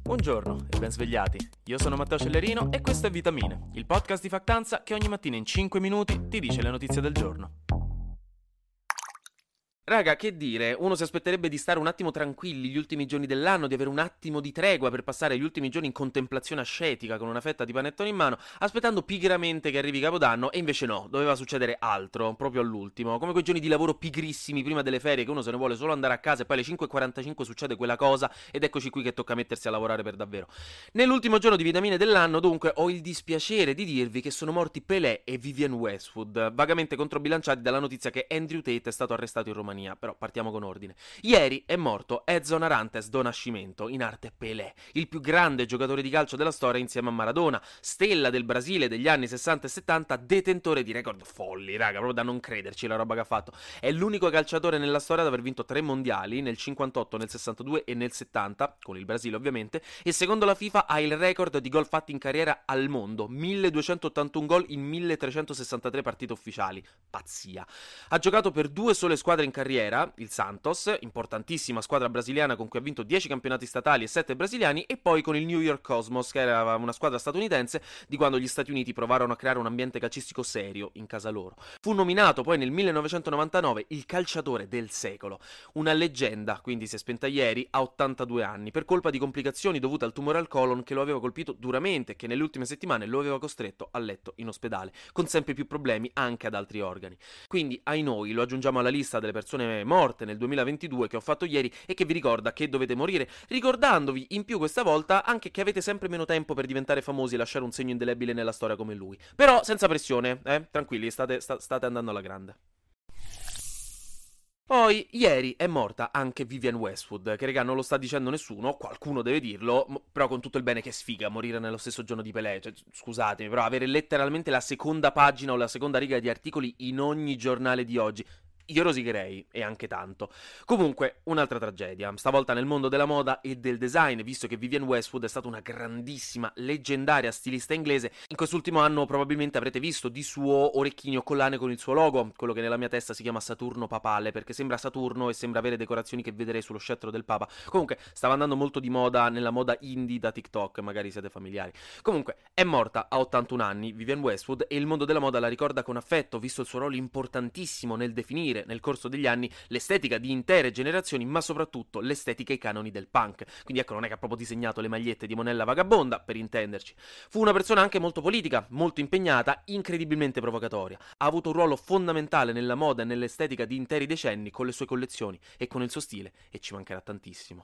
Buongiorno e ben svegliati. Io sono Matteo Cellerino e questo è Vitamine, il podcast di Factanza che ogni mattina in 5 minuti ti dice le notizie del giorno. Raga, che dire, uno si aspetterebbe di stare un attimo tranquilli gli ultimi giorni dell'anno, di avere un attimo di tregua per passare gli ultimi giorni in contemplazione ascetica con una fetta di panettone in mano, aspettando pigramente che arrivi Capodanno, e invece no, doveva succedere altro, proprio all'ultimo, come quei giorni di lavoro pigrissimi prima delle ferie che uno se ne vuole solo andare a casa e poi alle 5:45 succede quella cosa ed eccoci qui che tocca mettersi a lavorare per davvero. Nell'ultimo giorno di Vitamine dell'anno, dunque, ho il dispiacere di dirvi che sono morti Pelé e Vivienne Westwood, vagamente controbilanciati dalla notizia che Andrew Tate è stato arrestato in Romania. Però partiamo con ordine. Ieri è morto Edson Arantes do Nascimento, in arte Pelé, il più grande giocatore di calcio della storia insieme a Maradona, stella del Brasile degli anni 60 e 70, detentore di record folli, raga, proprio da non crederci la roba che ha fatto. È l'unico calciatore nella storia ad aver vinto 3 mondiali, nel 58, nel 62 e nel 70, con il Brasile ovviamente, e secondo la FIFA ha il record di gol fatti in carriera al mondo, 1281 gol in 1363 partite ufficiali. Pazzia. Ha giocato per 2 sole squadre in carriera, il Santos, importantissima squadra brasiliana con cui ha vinto 10 campionati statali e 7 brasiliani, e poi con il New York Cosmos, che era una squadra statunitense di quando gli Stati Uniti provarono a creare un ambiente calcistico serio in casa loro. Fu nominato poi nel 1999 il calciatore del secolo, una leggenda, quindi si è spenta ieri a 82 anni, per colpa di complicazioni dovute al tumore al colon che lo aveva colpito duramente e che nelle ultime settimane lo aveva costretto a letto in ospedale, con sempre più problemi anche ad altri organi. Quindi, ai noi, lo aggiungiamo alla lista delle persone morte nel 2022 che ho fatto ieri e che vi ricorda che dovete morire, ricordandovi in più questa volta anche che avete sempre meno tempo per diventare famosi e lasciare un segno indelebile nella storia come lui. Però senza pressione, tranquilli, state andando alla grande. Poi, ieri è morta anche Vivienne Westwood, che regà non lo sta dicendo nessuno, qualcuno deve dirlo, però con tutto il bene che sfiga morire nello stesso giorno di Pelé, cioè, scusatemi, però avere letteralmente la seconda pagina o la seconda riga di articoli in ogni giornale di oggi, io rosicherei, e anche tanto. Comunque, un'altra tragedia, stavolta nel mondo della moda e del design, visto che Vivienne Westwood è stata una grandissima, leggendaria stilista inglese. In quest'ultimo anno probabilmente avrete visto di suo orecchini o collane con il suo logo, quello che nella mia testa si chiama Saturno papale, perché sembra Saturno e sembra avere decorazioni che vedrei sullo scettro del Papa. Comunque, stava andando molto di moda nella moda indie da TikTok, magari siete familiari. Comunque, è morta a 81 anni Vivienne Westwood e il mondo della moda la ricorda con affetto, visto il suo ruolo importantissimo nel definire nel corso degli anni l'estetica di intere generazioni, ma soprattutto l'estetica e i canoni del punk. Quindi ecco, non è che ha proprio disegnato le magliette di Monella Vagabonda, per intenderci. Fu una persona anche molto politica, molto impegnata, incredibilmente provocatoria. Ha avuto un ruolo fondamentale nella moda e nell'estetica di interi decenni con le sue collezioni e con il suo stile, e ci mancherà tantissimo.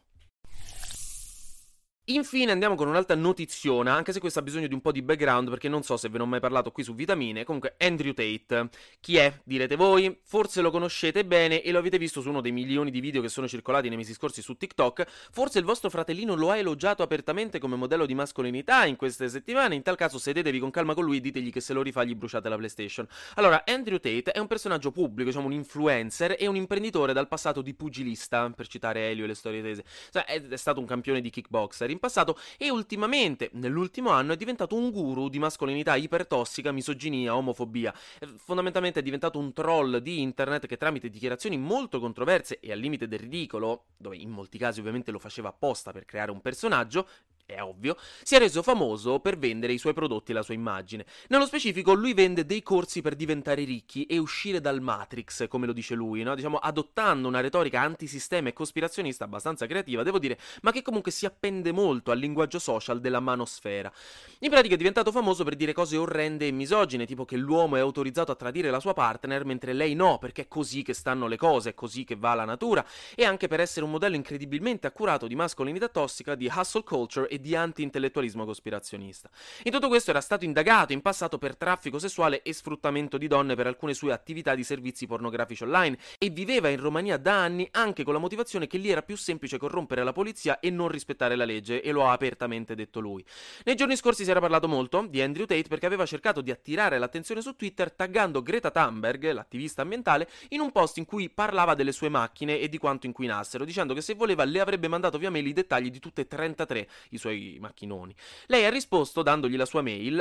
Infine andiamo con un'altra notiziona, anche se questa ha bisogno di un po' di background perché non so se ve ne ho mai parlato qui su Vitamine. Comunque, Andrew Tate, chi è? Direte voi? Forse lo conoscete bene e lo avete visto su uno dei milioni di video che sono circolati nei mesi scorsi su TikTok. Forse il vostro fratellino lo ha elogiato apertamente come modello di mascolinità in queste settimane. In tal caso sedetevi con calma con lui e ditegli che se lo rifà gli bruciate la PlayStation. Allora, Andrew Tate è un personaggio pubblico, diciamo un influencer e un imprenditore dal passato di pugilista, per citare Elio e le storie tese. Cioè, è stato un campione di kickboxer in passato e ultimamente, nell'ultimo anno, è diventato un guru di mascolinità ipertossica, misoginia, omofobia. Fondamentalmente è diventato un troll di internet che tramite dichiarazioni molto controverse e al limite del ridicolo, dove in molti casi ovviamente lo faceva apposta per creare un personaggio, è ovvio, si è reso famoso per vendere i suoi prodotti e la sua immagine. Nello specifico lui vende dei corsi per diventare ricchi e uscire dal Matrix, come lo dice lui, no? Diciamo adottando una retorica antisistema e cospirazionista abbastanza creativa, devo dire, ma che comunque si appende molto al linguaggio social della manosfera. In pratica è diventato famoso per dire cose orrende e misogine, tipo che l'uomo è autorizzato a tradire la sua partner mentre lei no, perché è così che stanno le cose, è così che va la natura, e anche per essere un modello incredibilmente accurato di mascolinità tossica, di hustle culture e di anti-intellettualismo cospirazionista. In tutto questo era stato indagato in passato per traffico sessuale e sfruttamento di donne per alcune sue attività di servizi pornografici online e viveva in Romania da anni anche con la motivazione che lì era più semplice corrompere la polizia e non rispettare la legge, e lo ha apertamente detto lui. Nei giorni scorsi si era parlato molto di Andrew Tate perché aveva cercato di attirare l'attenzione su Twitter taggando Greta Thunberg, l'attivista ambientale, in un post in cui parlava delle sue macchine e di quanto inquinassero, dicendo che se voleva le avrebbe mandato via mail i dettagli di tutte e 33 i suoi macchinoni. Lei ha risposto dandogli la sua mail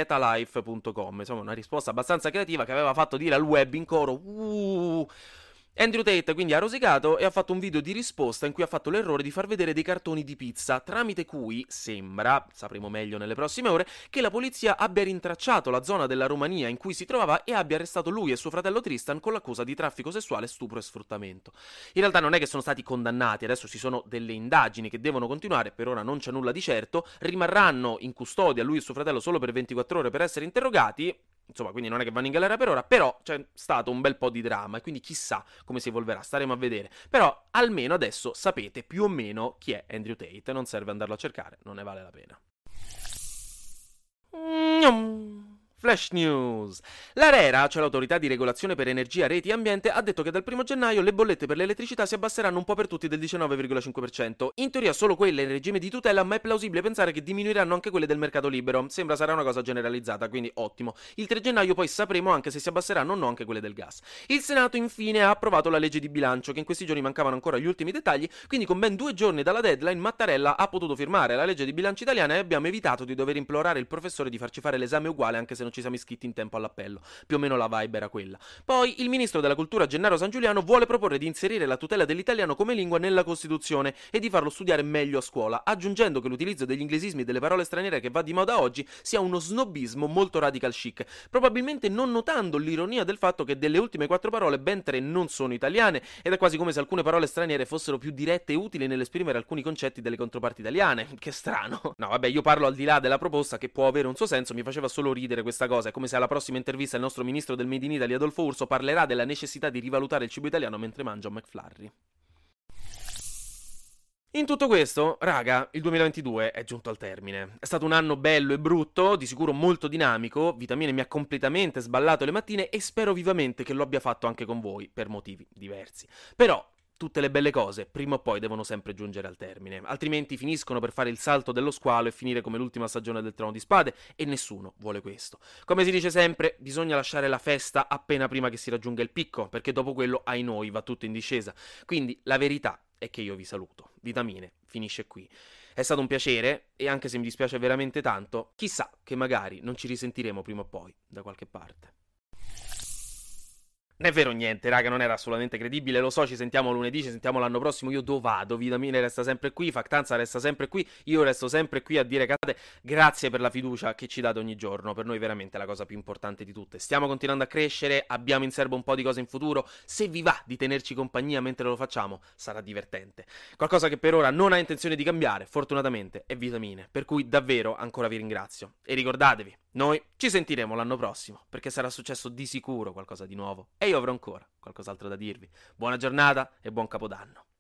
smalldickenergy@getalife.com, insomma una risposta abbastanza creativa che aveva fatto dire al web in coro Andrew Tate quindi ha rosicato e ha fatto un video di risposta in cui ha fatto l'errore di far vedere dei cartoni di pizza, tramite cui sembra, sapremo meglio nelle prossime ore, che la polizia abbia rintracciato la zona della Romania in cui si trovava e abbia arrestato lui e suo fratello Tristan con l'accusa di traffico sessuale, stupro e sfruttamento. In realtà non è che sono stati condannati, adesso ci sono delle indagini che devono continuare, per ora non c'è nulla di certo, rimarranno in custodia lui e suo fratello solo per 24 ore per essere interrogati. Insomma, quindi non è che vanno in galera per ora, però c'è stato un bel po' di dramma e quindi chissà come si evolverà, staremo a vedere. Però almeno adesso sapete più o meno chi è Andrew Tate, non serve andarlo a cercare, non ne vale la pena. Flash News. L'ARERA, cioè l'autorità di regolazione per energia, reti e ambiente, ha detto che dal 1 gennaio le bollette per l'elettricità si abbasseranno un po' per tutti del 19,5%. In teoria solo quelle in regime di tutela, ma è plausibile pensare che diminuiranno anche quelle del mercato libero. Sembra sarà una cosa generalizzata, quindi ottimo. Il 3 gennaio poi sapremo anche se si abbasseranno o no anche quelle del gas. Il Senato infine ha approvato la legge di bilancio, che in questi giorni mancavano ancora gli ultimi dettagli, quindi con ben 2 giorni dalla deadline Mattarella ha potuto firmare la legge di bilancio italiana e abbiamo evitato di dover implorare il professore di farci fare l'esame uguale anche se non ci siamo iscritti in tempo all'appello. Più o meno la vibe era quella. Poi il ministro della cultura Gennaro Sangiuliano vuole proporre di inserire la tutela dell'italiano come lingua nella Costituzione e di farlo studiare meglio a scuola, aggiungendo che l'utilizzo degli inglesismi e delle parole straniere che va di moda oggi sia uno snobismo molto radical chic, probabilmente non notando l'ironia del fatto che delle ultime 4 parole ben 3 non sono italiane ed è quasi come se alcune parole straniere fossero più dirette e utili nell'esprimere alcuni concetti delle controparti italiane. Che strano. No, vabbè, io parlo al di là della proposta che può avere un suo senso, mi faceva solo ridere questa cosa, è come se alla prossima intervista il nostro ministro del Made in Italy Adolfo Urso parlerà della necessità di rivalutare il cibo italiano mentre mangia un McFlurry. In tutto questo, raga, il 2022 è giunto al termine. È stato un anno bello e brutto, di sicuro molto dinamico, Vitamine mi ha completamente sballato le mattine e spero vivamente che lo abbia fatto anche con voi, per motivi diversi. Però tutte le belle cose prima o poi devono sempre giungere al termine, altrimenti finiscono per fare il salto dello squalo e finire come l'ultima stagione del Trono di Spade e nessuno vuole questo. Come si dice sempre, bisogna lasciare la festa appena prima che si raggiunga il picco, perché dopo quello, ai noi, va tutto in discesa. Quindi la verità è che io vi saluto. Vitamine finisce qui. È stato un piacere e anche se mi dispiace veramente tanto, chissà che magari non ci risentiremo prima o poi da qualche parte. Non è vero niente, raga, non era assolutamente credibile, lo so, ci sentiamo lunedì, ci sentiamo l'anno prossimo, io dove vado? Vitamine resta sempre qui, Factanza resta sempre qui, io resto sempre qui a dire cate, grazie per la fiducia che ci date ogni giorno, per noi veramente è la cosa più importante di tutte. Stiamo continuando a crescere, abbiamo in serbo un po' di cose in futuro, se vi va di tenerci compagnia mentre lo facciamo, sarà divertente. Qualcosa che per ora non ha intenzione di cambiare, fortunatamente, è Vitamine, per cui davvero ancora vi ringrazio. E ricordatevi, noi ci sentiremo l'anno prossimo, perché sarà successo di sicuro qualcosa di nuovo e io avrò ancora qualcos'altro da dirvi. Buona giornata e buon Capodanno.